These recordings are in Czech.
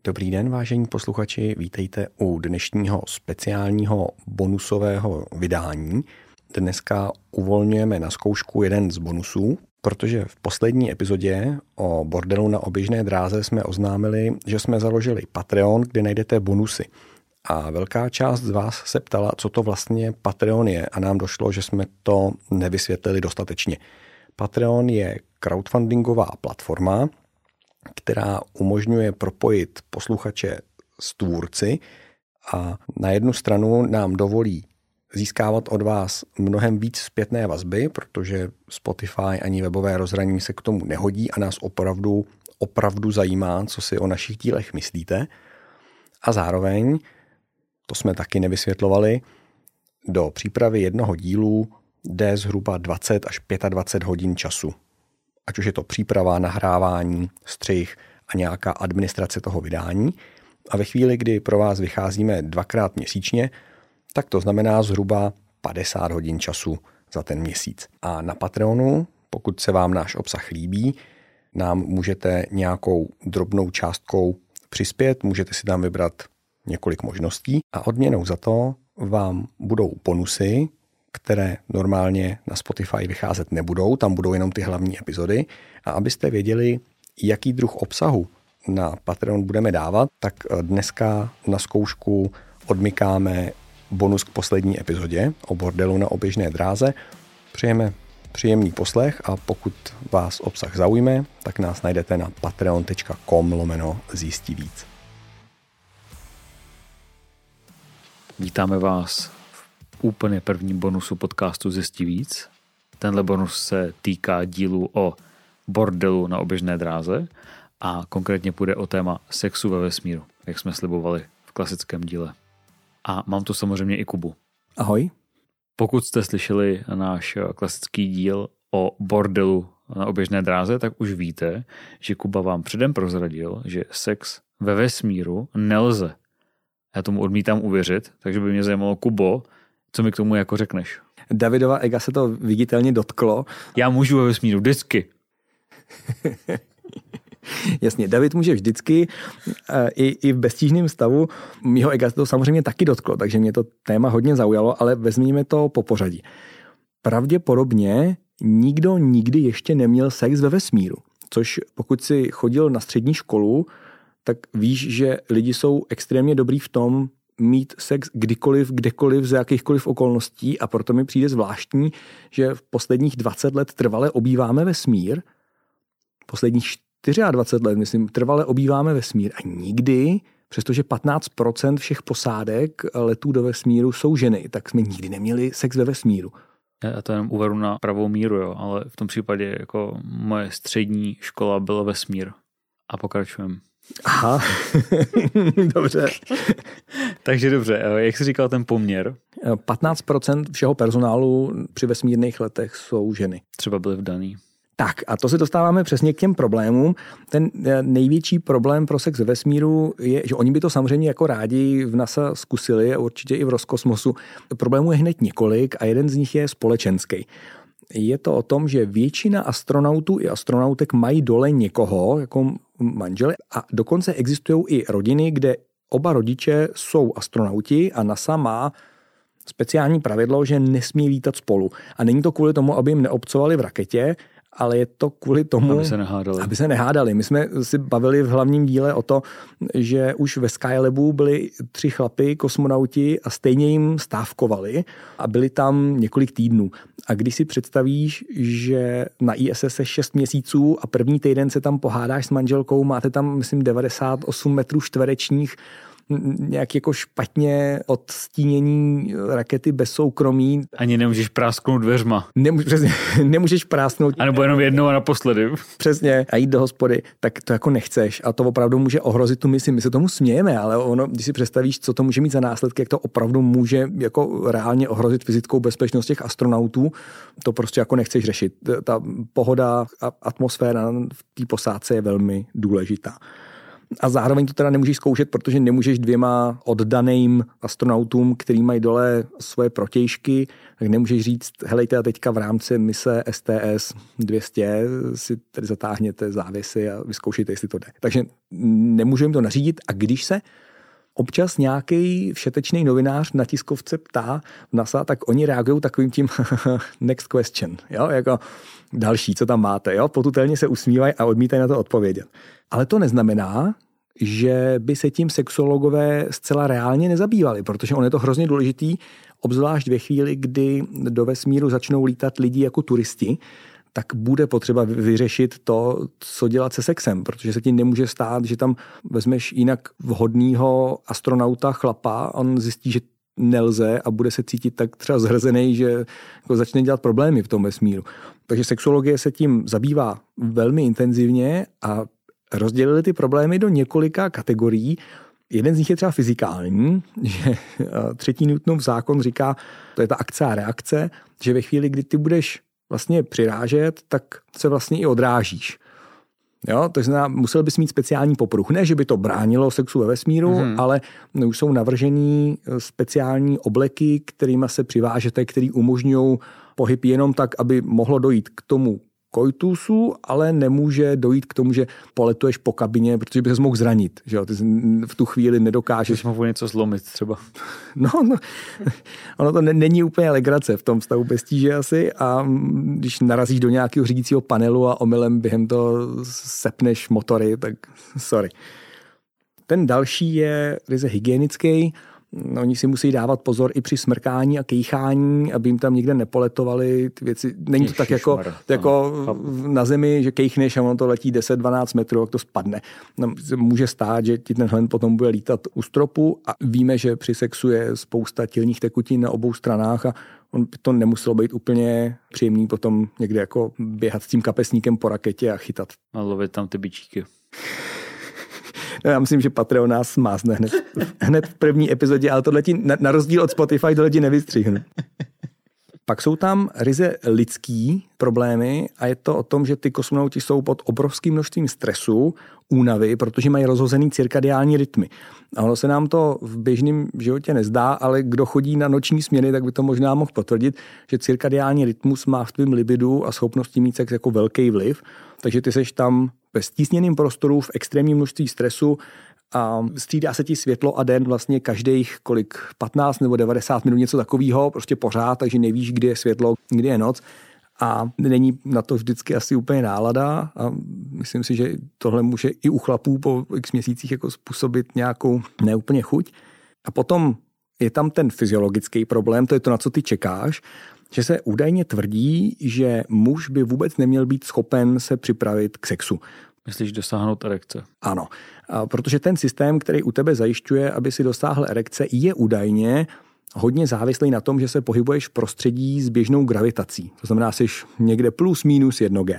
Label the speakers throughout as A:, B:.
A: Dobrý den, vážení posluchači, vítejte u dnešního speciálního bonusového vydání. Dneska uvolňujeme na zkoušku jeden z bonusů, protože v poslední epizodě o bordelu na oběžné dráze jsme oznámili, že jsme založili Patreon, kde najdete bonusy. A velká část z vás se ptala, co to vlastně Patreon je, a nám došlo, že jsme to nevysvětlili dostatečně. Patreon je crowdfundingová platforma, která umožňuje propojit posluchače s tvůrci a na jednu stranu nám dovolí získávat od vás mnohem víc zpětné vazby, protože Spotify ani webové rozhraní se k tomu nehodí a nás opravdu zajímá, co si o našich dílech myslíte. A zároveň, to jsme taky nevysvětlovali, do přípravy jednoho dílu jde zhruba 20 až 25 hodin času. Ať už je to příprava, nahrávání, střih a nějaká administrace toho vydání. A ve chvíli, kdy pro vás vycházíme 2x měsíčně, tak to znamená zhruba 50 hodin času za ten měsíc. A na Patreonu, pokud se vám náš obsah líbí, nám můžete nějakou drobnou částkou přispět, můžete si tam vybrat několik možností a odměnou za to vám budou bonusy, které normálně na Spotify vycházet nebudou, tam budou jenom ty hlavní epizody. A abyste věděli, jaký druh obsahu na Patreon budeme dávat, tak dneska na zkoušku odmykáme bonus k poslední epizodě o bordelu na oběžné dráze. Přejeme příjemný poslech a pokud vás obsah zaujme, tak nás najdete na patreon.com/zjistit-víc.
B: Vítáme vás v úplně prvním bonusu podcastu Zjistit víc. Tenhle bonus se týká dílu o bordelu na oběžné dráze a konkrétně půjde o téma sexu ve vesmíru, jak jsme slibovali v klasickém díle. A mám tu samozřejmě i Kubu.
C: Ahoj.
B: Pokud jste slyšeli náš klasický díl o bordelu na oběžné dráze, tak už víte, že Kuba vám předem prozradil, že sex ve vesmíru nelze. Já tomu odmítám uvěřit, takže by mě zajímalo, Kubo, co mi k tomu jako řekneš?
C: Davidova ega se to viditelně dotklo.
B: Já můžu ve vesmíru vždycky.
C: Jasně, David může vždycky, i v beztížném stavu. Mýho ega se to samozřejmě taky dotklo, takže mě to téma hodně zaujalo, ale vezměme to po pořadí. Pravděpodobně nikdo nikdy ještě neměl sex ve vesmíru, což pokud si chodil na střední školu, tak víš, že lidi jsou extrémně dobrý v tom mít sex kdykoliv, kdekoliv, za jakýchkoliv okolností, a proto mi přijde zvláštní, že v posledních 20 let trvale obýváme vesmír, posledních 24 let, myslím, trvale obýváme vesmír a nikdy, přestože 15% všech posádek letů do vesmíru jsou ženy, tak jsme nikdy neměli sex ve vesmíru.
B: Já to jenom uvedu na pravou míru, jo, ale v tom případě jako moje střední škola byla vesmír. A pokračujeme.
C: Aha, dobře.
B: Takže dobře, jak jsi říkal ten poměr?
C: 15% všeho personálu při vesmírných letech jsou ženy.
B: Třeba byly vdaný.
C: Tak a to se dostáváme přesně k těm problémům. Ten největší problém pro sex ve vesmíru je, že oni by to samozřejmě jako rádi v NASA zkusili a určitě i v Roskosmosu. Problémů je hned několik a jeden z nich je společenský. Je to o tom, že většina astronautů i astronautek mají dole někoho jako manžele a dokonce existují i rodiny, kde oba rodiče jsou astronauti a NASA má speciální pravidlo, že nesmí lítat spolu. A není to kvůli tomu, aby jim neobcovali v raketě, ale je to kvůli tomu, aby se nehádali. My jsme si bavili v hlavním díle o to, že už ve Skylabu byli 3 chlapi, kosmonauti a stejně jim stávkovali a byli tam několik týdnů. A když si představíš, že na ISS je 6 měsíců a první týden se tam pohádáš s manželkou, máte tam, myslím, 98 metrů čtverečních, nějak jako špatně odstínění rakety bez soukromí.
B: Ani nemůžeš prásknout dveřma.
C: Nemůžeš prásknout.
B: A nebo jenom jednou a naposledy.
C: Přesně. A jít do hospody, tak to jako nechceš. A to opravdu může ohrozit tu misi. My se tomu smějeme, ale ono, když si představíš, co to může mít za následky, jak to opravdu může jako reálně ohrozit fyzickou bezpečnost těch astronautů, to prostě jako nechceš řešit. Ta pohoda a atmosféra v té posádce je velmi důležitá. A zároveň to teda nemůžeš zkoušet, protože nemůžeš dvěma oddaným astronautům, který mají dole svoje protějšky, tak nemůžeš říct, helejte, a teďka v rámci mise STS 200 si tady zatáhněte závěsy a vyzkoušejte, jestli to jde. Takže nemůžu jim to nařídit. A když se občas nějaký všetečný novinář na tiskovce ptá v NASA, tak oni reagují takovým tím next question, jo, jako další, co tam máte, jo, potutelně se usmívají a odmítají na to odpovědět. Ale to neznamená, že by se tím sexuologové zcela reálně nezabývali, protože on je to hrozně důležitý, obzvlášť ve chvíli, kdy do vesmíru začnou lítat lidi jako turisti, tak bude potřeba vyřešit to, co dělat se sexem, protože se ti nemůže stát, že tam vezmeš jinak vhodného astronauta chlapa, on zjistí, že nelze a bude se cítit tak třeba zhrzený, že jako začne dělat problémy v tom vesmíru. Takže sexuologie se tím zabývá velmi intenzivně a rozdělili ty problémy do několika kategorií. Jeden z nich je třeba fyzikální, že třetí Newtonův zákon říká, to je ta akce a reakce, že ve chvíli, kdy ty budeš vlastně přirážet, tak se vlastně i odrážíš. Jo, to znamená, musel bys mít speciální popruh. Ne, že by to bránilo sexu ve vesmíru, ale už jsou navržený speciální obleky, kterými se přivážete, který umožňují pohyb jenom tak, aby mohlo dojít k tomu koitusu, ale nemůže dojít k tomu, že poletuješ po kabině, protože by se mohl zranit. Že jo? Ty v tu chvíli nedokážeš.
B: Mohl něco zlomit třeba.
C: No, ono to není úplně legrace v tom stavu bez tíže asi a když narazíš do nějakého řídícího panelu a omylem během toho sepneš motory, tak sorry. Ten další je ryze hygienický. Oni si musí dávat pozor i při smrkání a kejchání, aby jim tam nikde nepoletovaly ty věci. Není to tak jako na zemi, že kejchneš a ono to letí 10-12 metrů, jak to spadne. Může stát, že ti ten hlen potom bude lítat u stropu a víme, že při sexu je spousta tělních tekutin na obou stranách a on to nemuselo být úplně příjemný potom někde jako běhat s tím kapesníkem po raketě a chytat.
B: A lovit tam ty bičíky.
C: No, já myslím, že Patreon nás smázne hned v první epizodě, ale tohle ti na rozdíl od Spotify tohle ti nevystřihne. Pak jsou tam ryze lidský problémy a je to o tom, že ty kosmonauti jsou pod obrovským množstvím stresu, únavy, protože mají rozhozený cirkadiální rytmy. A ono se nám to v běžném životě nezdá, ale kdo chodí na noční směny, tak by to možná mohl potvrdit, že cirkadiální rytmus má v tvým libidu a schopnosti mít sex jako velký vliv. Takže ty seš tam ve stísněném prostoru, v extrémním množství stresu a střídá se ti světlo a den vlastně každých 15 nebo 90 minut něco takového, prostě pořád, takže nevíš, kdy je světlo, kdy je noc a není na to vždycky asi úplně nálada a myslím si, že tohle může i u chlapů po x měsících jako způsobit nějakou neúplně chuť. A potom je tam ten fyziologický problém, to je to, na co ty čekáš, že se údajně tvrdí, že muž by vůbec neměl být schopen se připravit k sexu.
B: Myslíš dosáhnout erekce?
C: Ano, protože ten systém, který u tebe zajišťuje, aby si dosáhl erekce, je údajně hodně závislý na tom, že se pohybuješ v prostředí s běžnou gravitací. To znamená, jsi někde plus minus 1G.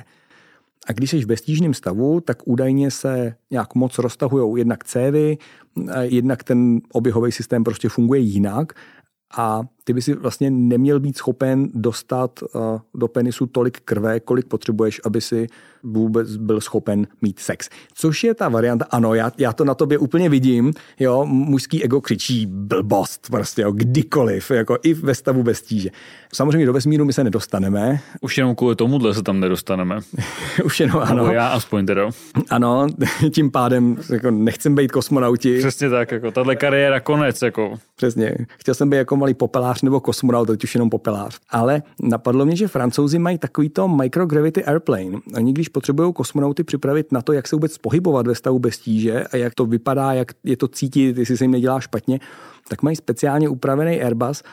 C: A když jsi v beztížném stavu, tak údajně se nějak moc roztahujou jednak cévy, jednak ten oběhový systém prostě funguje jinak a ty by si vlastně neměl být schopen dostat do penisu tolik krve, kolik potřebuješ, aby si vůbec byl schopen mít sex. Což je ta varianta, ano, já to na tobě úplně vidím, jo, mužský ego křičí blbost, prostě, jo, kdykoliv, jako i ve stavu bez tíže. Samozřejmě do vesmíru my se nedostaneme.
B: Už jenom kvůli tomuhle se tam nedostaneme.
C: Už jenom, ano.
B: No já aspoň teda.
C: Ano, tím pádem jako nechcem být kosmonauti.
B: Přesně tak, jako tahle kariéra konec, jako.
C: Přesně, chtěl jsem být jako malý popelář nebo kosmonaut, teď už jenom popelář. Ale napadlo mě, že Francouzi mají takovýto microgravity airplane. Oni když potřebují kosmonauty připravit na to, jak se vůbec pohybovat ve stavu bez tíže a jak to vypadá, jak je to cítit, jestli se jim nedělá špatně, tak mají speciálně upravený Airbus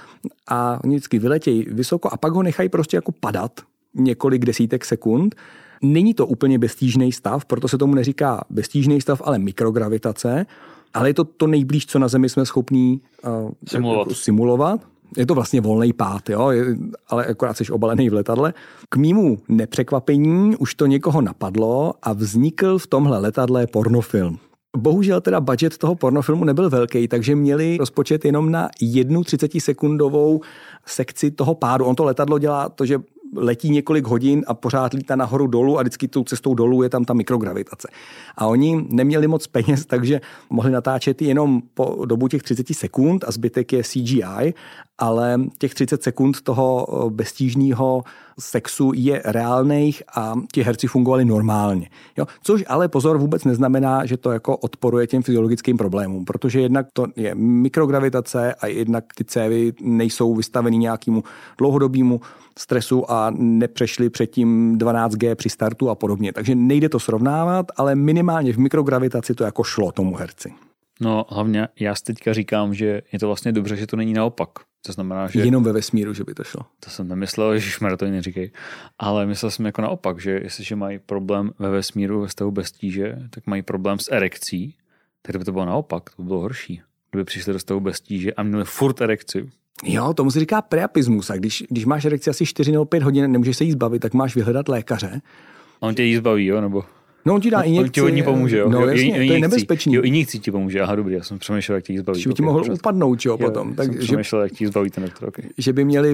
C: a oni vždycky vyletějí vysoko a pak ho nechají prostě jako padat několik desítek sekund. Není to úplně beztížný stav, proto se tomu neříká beztížný stav, ale mikrogravitace, ale je to to nejblíž, co na Zemi jsme schopní simulovat. Je to vlastně volný pád, jo? Ale akorát jsi obalený v letadle. K mému nepřekvapení už to někoho napadlo a vznikl v tomhle letadle pornofilm. Bohužel teda budget toho pornofilmu nebyl velký, takže měli rozpočet jenom na 1 30sekundovou sekci toho pádu. On to letadlo dělá to, že letí několik hodin a pořád lítá nahoru dolů a vždycky tou cestou dolů je tam ta mikrogravitace. A oni neměli moc peněz, takže mohli natáčet jenom po dobu těch 30 sekund a zbytek je CGI, ale těch 30 sekund toho beztížného sexu je reálných a ti herci fungovali normálně. Jo? Což ale pozor vůbec neznamená, že to jako odporuje těm fyziologickým problémům, protože jednak to je mikrogravitace a jednak ty cévy nejsou vystaveny nějakému dlouhodobému stresu a nepřešli předtím 12G při startu a podobně. Takže nejde to srovnávat, ale minimálně v mikrogravitaci to jako šlo tomu herci.
B: No hlavně já si teďka říkám, že je to vlastně dobře, že to není naopak. To znamená, že...
C: Jenom ve vesmíru, že by to šlo.
B: To jsem nemyslel, ježišmarja, to neříkej. Ale myslel jsem jako naopak, že jestliže mají problém ve vesmíru ve stavu bez tíže, tak mají problém s erekcí. Tak kdyby to bylo naopak, to by bylo horší. Kdyby přišli do stavu bez tíže a měli furt erekci.
C: Jo, tomu se říká priapismus. A když máš erekci asi 4 nebo 5 hodin, nemůžeš se jí zbavit, tak máš vyhledat lékaře.
B: A on tě jí zbaví, jo? Nebo...
C: No on ti dá injekci.
B: On ti hodně pomůže, jo?
C: No jasně, to je nebezpečný.
B: Jo, injekcí ti pomůže. Aha, dobrý, já jsem přemýšlel, jak ti jí zbaví.
C: Že by ti mohl upadnout, jo, potom.
B: Tak, jsem přemýšlel, jak ti jí zbaví ten doktor, okay.
C: Že by měli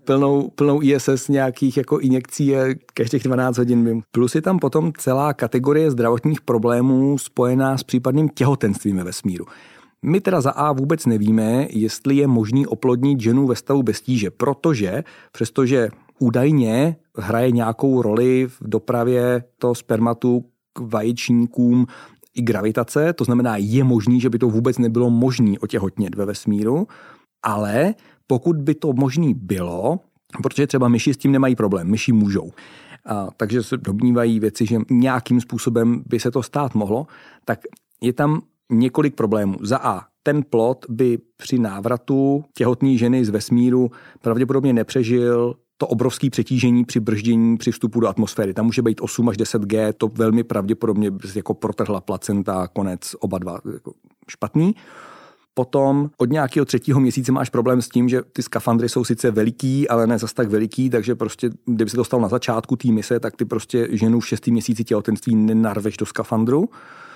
C: plnou ISS nějakých jako injekcí každých 12 hodin. Plus je tam potom celá kategorie zdravotních problémů spojená s případným těhotenstvím ve vesmíru. My teda za A vůbec nevíme, jestli je možný oplodnit ženu ve stavu bez tíže, protože přestože údajně hraje nějakou roli v dopravě toho spermatu k vaječníkům i gravitace, to znamená, je možný, že by to vůbec nebylo možné otěhotnět ve vesmíru, ale pokud by to možný bylo, protože třeba myši s tím nemají problém, myši můžou, takže se domnívají věci, že nějakým způsobem by se to stát mohlo, tak je tam několik problémů. Za A, ten plod by při návratu těhotné ženy z vesmíru pravděpodobně nepřežil to obrovské přetížení při brždění při vstupu do atmosféry. Tam může být 8 až 10 G, to velmi pravděpodobně jako protrhla placenta, konec, oba dva jako špatný. Potom od nějakého 3. měsíce máš problém s tím, že ty skafandry jsou sice veliký, ale ne zas tak veliký, takže prostě, kdyby se to stalo na začátku té mise, tak ty prostě ženu v 6. měsíci těhotenství nenarveš do skafandru.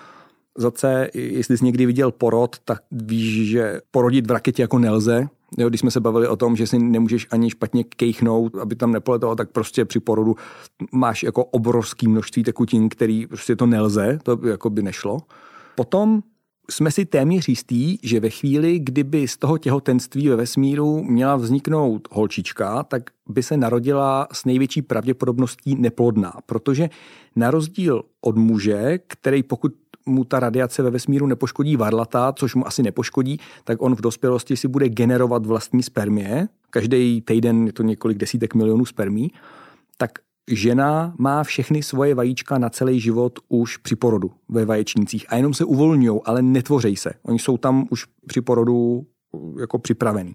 C: Za C, jestli jsi někdy viděl porod, tak víš, že porodit v raketě jako nelze. Jo, když jsme se bavili o tom, že si nemůžeš ani špatně kejchnout, aby tam nepoletalo, tak prostě při porodu máš jako obrovské množství tekutin, který prostě to nelze, to jako by nešlo. Potom jsme si téměř jistí, že ve chvíli, kdyby z toho těhotenství ve vesmíru měla vzniknout holčička, tak by se narodila s největší pravděpodobností neplodná, protože na rozdíl od muže, který pokud mu ta radiace ve vesmíru nepoškodí varlata, což mu asi nepoškodí, tak on v dospělosti si bude generovat vlastní spermie. Každý týden je to několik desítek milionů spermí. Tak žena má všechny svoje vajíčka na celý život už při porodu ve vaječnících a jenom se uvolňují, ale netvoří se. Oni jsou tam už při porodu jako připravený.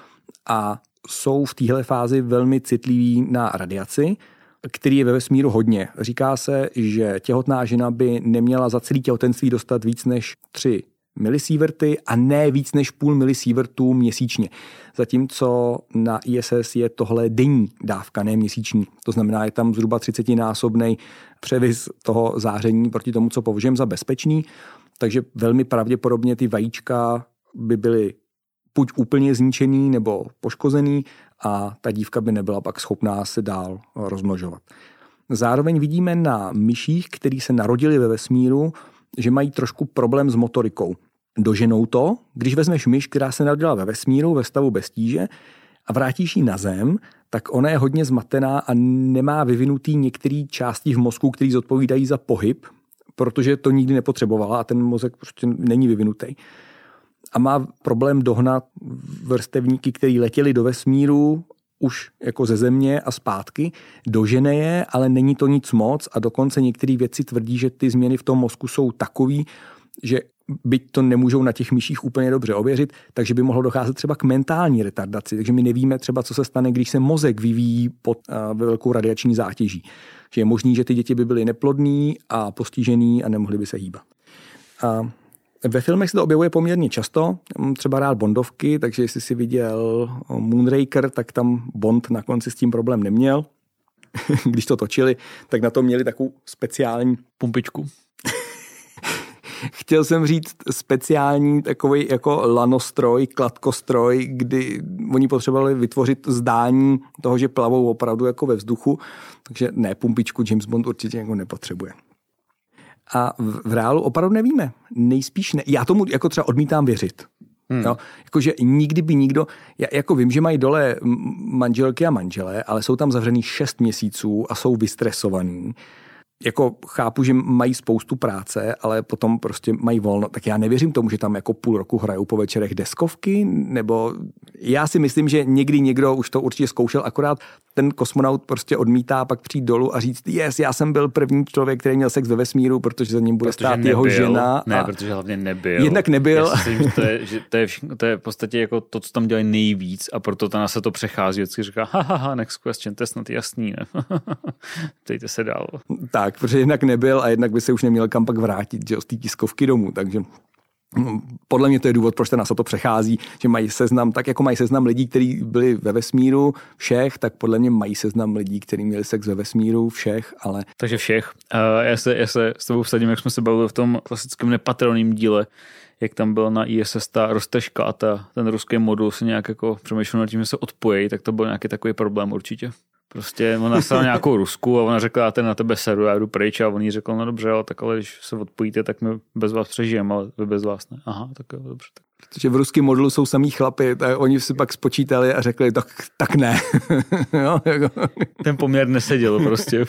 C: A jsou v téhle fázi velmi citliví na radiaci, který je ve vesmíru hodně. Říká se, že těhotná žena by neměla za celý těhotenství dostat víc než 3 milisieverty a ne víc než půl milisievertů měsíčně. Zatímco na ISS je tohle denní dávka, ne měsíční. To znamená, je tam zhruba 30násobný převis toho záření proti tomu, co považujeme za bezpečný. Takže velmi pravděpodobně ty vajíčka by byly buď úplně zničený nebo poškozený a ta dívka by nebyla pak schopná se dál rozmnožovat. Zároveň vidíme na myších, který se narodili ve vesmíru, že mají trošku problém s motorikou. Doženou to, když vezmeš myš, která se narodila ve vesmíru, ve stavu bez tíže a vrátíš ji na Zem, tak ona je hodně zmatená a nemá vyvinutý některé části v mozku, které zodpovídají za pohyb, protože to nikdy nepotřebovala a ten mozek prostě není vyvinutý. A má problém dohnat vrstevníky, který letěli do vesmíru už jako ze Země a zpátky, dožene je, ale není to nic moc a dokonce některé věci tvrdí, že ty změny v tom mozku jsou takový, že byť to nemůžou na těch myších úplně dobře ověřit, takže by mohlo docházet třeba k mentální retardaci. Takže my nevíme třeba, co se stane, když se mozek vyvíjí pod velkou radiační zátěží. Že je možný, že ty děti by byly neplodný a postižený a nemohly by se hýbat. A ve filmech se to objevuje poměrně často, třeba rád bondovky, takže jestli si viděl Moonraker, tak tam Bond na konci s tím problém neměl. Když to točili, tak na to měli takovou speciální
B: pumpičku.
C: Chtěl jsem říct speciální takový jako lanostroj, kladkostroj, kdy oni potřebovali vytvořit zdání toho, že plavou opravdu jako ve vzduchu, takže ne, pumpičku James Bond určitě jako nepotřebuje. A v reálu opravdu nevíme. Nejspíš ne. Já tomu jako třeba odmítám věřit. Jo? Jakože nikdy by nikdo, já jako vím, že mají dole manželky a manželé, ale jsou tam zavřený 6 měsíců a jsou vystresovaní. Jako chápu, že mají spoustu práce, ale potom prostě mají volno. Tak já nevěřím tomu, že tam jako půl roku hrajou po večerech deskovky, nebo já si myslím, že někdy někdo už to určitě zkoušel, akorát ten kosmonaut prostě odmítá pak přijít dolů a říct, já jsem byl první člověk, který měl sex ve vesmíru, protože za ním bude stát jeho žena.
B: Ne, protože hlavně nebyl.
C: Jednak nebyl.
B: Já si myslím, to je v podstatě jako to, co tam dělají nejvíc a proto ta NASA to přechází. Vždycky říká, next question, to je snad jasný, ne? Ptejte se dál.
C: Tak, protože jednak nebyl a jednak by se už neměl kam pak vrátit, že z té tiskovky domů, takže podle mě to je důvod, proč ta NASA to přechází, že mají seznam, tak jako mají seznam lidí, kteří byli ve vesmíru všech, tak podle mě mají seznam lidí, kteří měli sex ve vesmíru všech, ale...
B: Takže všech. Já se s tebou vsadím, jak jsme se bavili v tom klasickém nepatronním díle, jak tam byla na ISS ta roztažka a ten ruský modul se nějak jako přemýšlel nad tím, že se odpojí, tak to byl nějaký takový problém určitě. Prostě ona se nějakou Rusku a ona řekla, já ten na tebe seru, já jdu pryč a on jí řekl, no dobře, ale když se odpojíte, tak my bez vás přežijeme, ale vy bez vás ne. Aha, tak jo, dobře.
C: Protože v ruském modulu jsou samý chlapi, tak oni si pak spočítali a řekli, tak ne. Jo, jako.
B: Ten poměr neseděl prostě.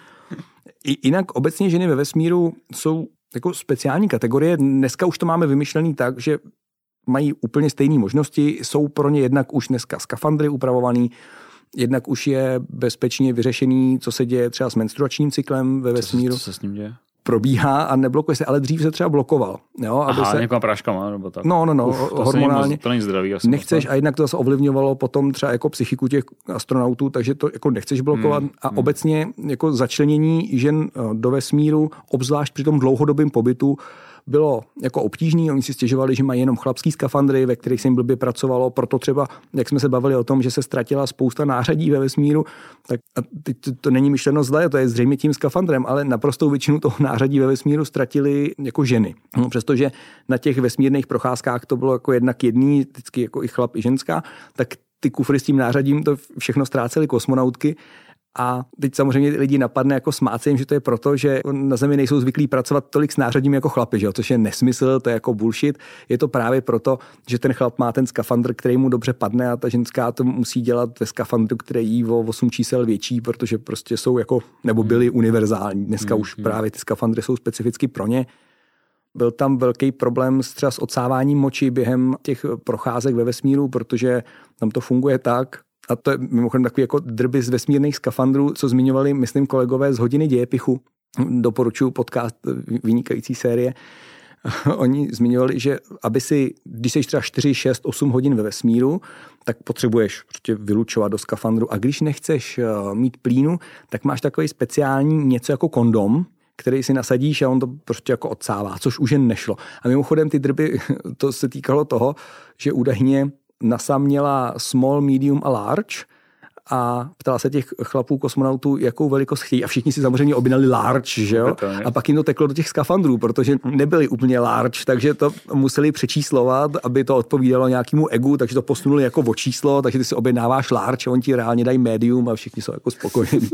C: Jinak obecně ženy ve vesmíru jsou jako speciální kategorie. Dneska už to máme vymyšlený tak, že mají úplně stejné možnosti, jsou pro ně jednak už dneska skafandry upravovaný, jednak už je bezpečně vyřešený, co se děje třeba s menstruačním cyklem ve vesmíru.
B: Co se s ním děje?
C: Probíhá a neblokuje se, ale dřív se třeba blokoval. Jo,
B: aby se... nějaká práškama nebo tak.
C: No, hormonálně.
B: To není zdravý.
C: Nechceš a jednak to zase ovlivňovalo potom třeba jako psychiku těch astronautů, takže to jako nechceš blokovat. A obecně jako začlenění žen do vesmíru, obzvlášť při tom dlouhodobém pobytu, bylo jako obtížný, oni si stěžovali, že mají jenom chlapský skafandry, ve kterých se jim blbě pracovalo, proto třeba, jak jsme se bavili o tom, že se ztratila spousta nářadí ve vesmíru, tak a teď to není myšleno zle, to je zřejmě tím skafandrem, ale naprostou většinu toho nářadí ve vesmíru ztratili jako ženy. No, přestože na těch vesmírných procházkách to bylo jako jednak jedný, vždycky jako i chlap, i ženská, tak ty kufry s tím nářadím to všechno ztrácely kosmonautky. A teď samozřejmě lidi napadne jako smát se jim, že to je proto, že na Zemi nejsou zvyklí pracovat tolik s nářadím jako chlapi, že jo? Což je nesmysl, to je jako bullshit. Je to právě proto, že ten chlap má ten skafandr, který mu dobře padne a ta ženská to musí dělat ve skafandru, který jí o 8 čísel větší, protože prostě jsou jako, nebo byly univerzální. Dneska už právě ty skafandry jsou specificky pro ně. Byl tam velký problém třeba s odsáváním moči během těch procházek ve vesmíru, protože tam to funguje tak, a to je mimochodem takový jako drby z vesmírných skafandrů, co zmiňovali, myslím, kolegové z Hodiny dějepichu. Doporučuji podcast, vynikající série. Oni zmiňovali, že aby si, když jsi třeba 4, 6, 8 hodin ve vesmíru, tak potřebuješ prostě vylučovat do skafandru. A když nechceš mít plínu, tak máš takový speciální něco jako kondom, který si nasadíš a on to prostě jako odsává, což už jen nešlo. A mimochodem ty drby, to se týkalo toho, že údajně NASA měla small, medium a large a ptala se těch chlapů kosmonautů, jakou velikost chtějí a všichni si samozřejmě objednali large, že jo? A pak jim to teklo do těch skafandrů, protože nebyli úplně large, takže to museli přečíslovat, aby to odpovídalo nějakému egu, takže to posunuli jako o číslo, takže ty si objednáváš large a oni ti reálně dají medium a všichni jsou jako spokojení.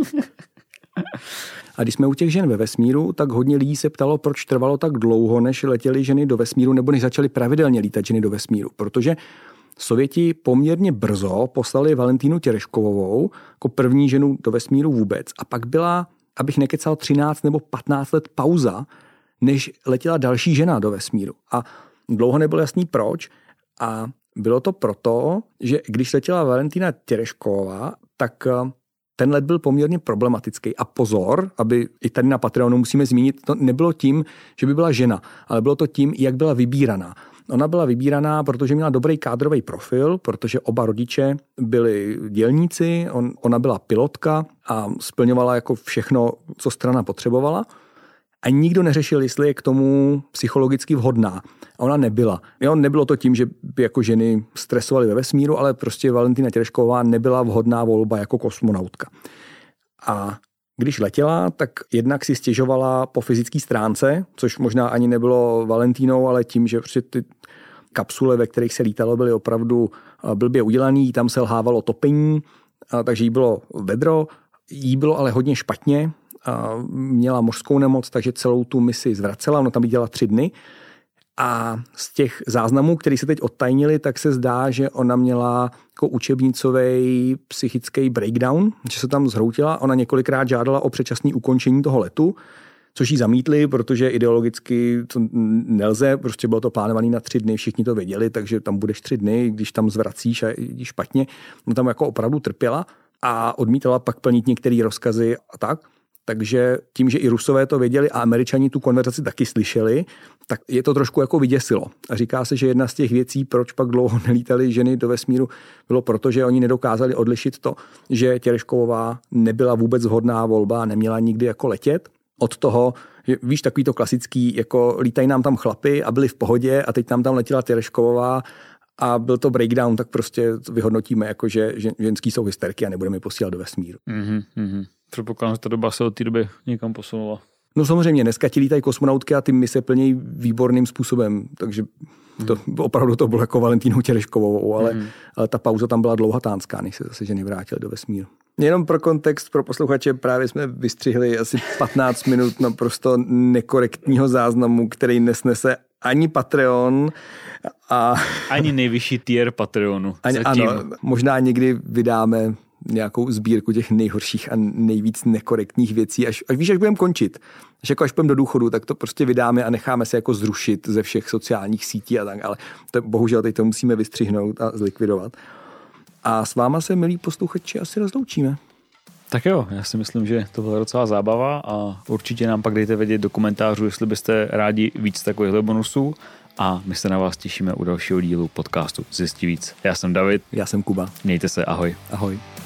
C: A když jsme u těch žen ve vesmíru, tak hodně lidí se ptalo, proč trvalo tak dlouho, než letěly ženy do vesmíru, nebo než začaly pravidelně lítat ženy do vesmíru, protože Sověti poměrně brzo poslali Valentínu Tereškovovou jako první ženu do vesmíru vůbec. A pak byla, abych nekecal, 13 nebo 15 let pauza, než letěla další žena do vesmíru. A dlouho nebylo jasný proč. A bylo to proto, že když letěla Valentína Terešková, tak ten let byl poměrně problematický. A pozor, aby i tady na Patreonu musíme zmínit, to nebylo tím, že by byla žena, ale bylo to tím, jak byla vybíraná. Ona byla vybíraná, protože měla dobrý kádrový profil, protože oba rodiče byli dělníci, ona byla pilotka a splňovala jako všechno, co strana potřebovala. A nikdo neřešil, jestli je k tomu psychologicky vhodná. A ona nebyla. Jo, nebylo to tím, že by jako ženy stresovaly ve vesmíru, ale prostě Valentína Terešková nebyla vhodná volba jako kosmonautka. A Když letěla, tak jednak si stěžovala po fyzické stránce, což možná ani nebylo Valentínou, ale tím, že prostě ty kapsule, ve kterých se lítalo, byly opravdu blbě udělaný, tam se lhávalo topení, takže jí bylo vedro, jí bylo ale hodně špatně, měla mořskou nemoc, takže celou tu misi zvracela, ona tam dělala 3 dny. A z těch záznamů, které se teď odtajnili, tak se zdá, že ona měla jako učebnicový psychický breakdown, že se tam zhroutila. Ona několikrát žádala o předčasné ukončení toho letu, což jí zamítli, protože ideologicky to nelze, prostě bylo to plánované na 3 dny, všichni to věděli, takže tam budeš 3 dny, když tam zvracíš a jdeš špatně. No tam jako opravdu trpěla a odmítala pak plnit některé rozkazy a tak. Takže tím, že i Rusové to věděli a Američani tu konverzaci taky slyšeli, tak je to trošku jako vyděsilo. A říká se, že jedna z těch věcí, proč pak dlouho nelítaly ženy do vesmíru, bylo proto, že oni nedokázali odlišit to, že Tereškovová nebyla vůbec vhodná volba, neměla nikdy jako letět. Od toho, že víš, takový to klasický, jako lítají nám tam chlapy a byli v pohodě a teď nám tam letěla Tereškovová a byl to breakdown, tak prostě vyhodnotíme, jako že ženský jsou hysterky a nebudeme je posílat do vesmíru.
B: Předpokládám, že ta doba se od té doby někam posunula.
C: No samozřejmě, dneska ti lítají kosmonautky a ty mise plnějí výborným způsobem, takže to, opravdu to bylo jako Valentínou Tereškovou, ale ta pauza tam byla dlouhatánská, než se zase ženy vrátily do vesmíru. Jenom pro kontext, pro posluchače, právě jsme vystřihli asi 15 minut naprosto nekorektního záznamu, který nesnese ani Patreon a... Ani
B: nejvyšší tier Patreonu.
C: Ano, možná někdy vydáme nějakou sbírku těch nejhorších a nejvíc nekorektních věcí, až budeme končit. Až půjdeme do důchodu, tak to prostě vydáme a necháme se jako zrušit ze všech sociálních sítí a tak, ale to, bohužel teď to musíme vystřihnout a zlikvidovat. A s váma se, milí posluchači, asi rozloučíme.
B: Tak jo, já si myslím, že to byla docela zábava a určitě nám pak dejte vědět do komentářů, jestli byste rádi víc takovýchhle bonusů a my se na vás těšíme u dalšího dílu podcastu Zjistí víc. Já jsem David.
C: Já jsem Kuba.
B: Mějte se, ahoj.
C: Ahoj.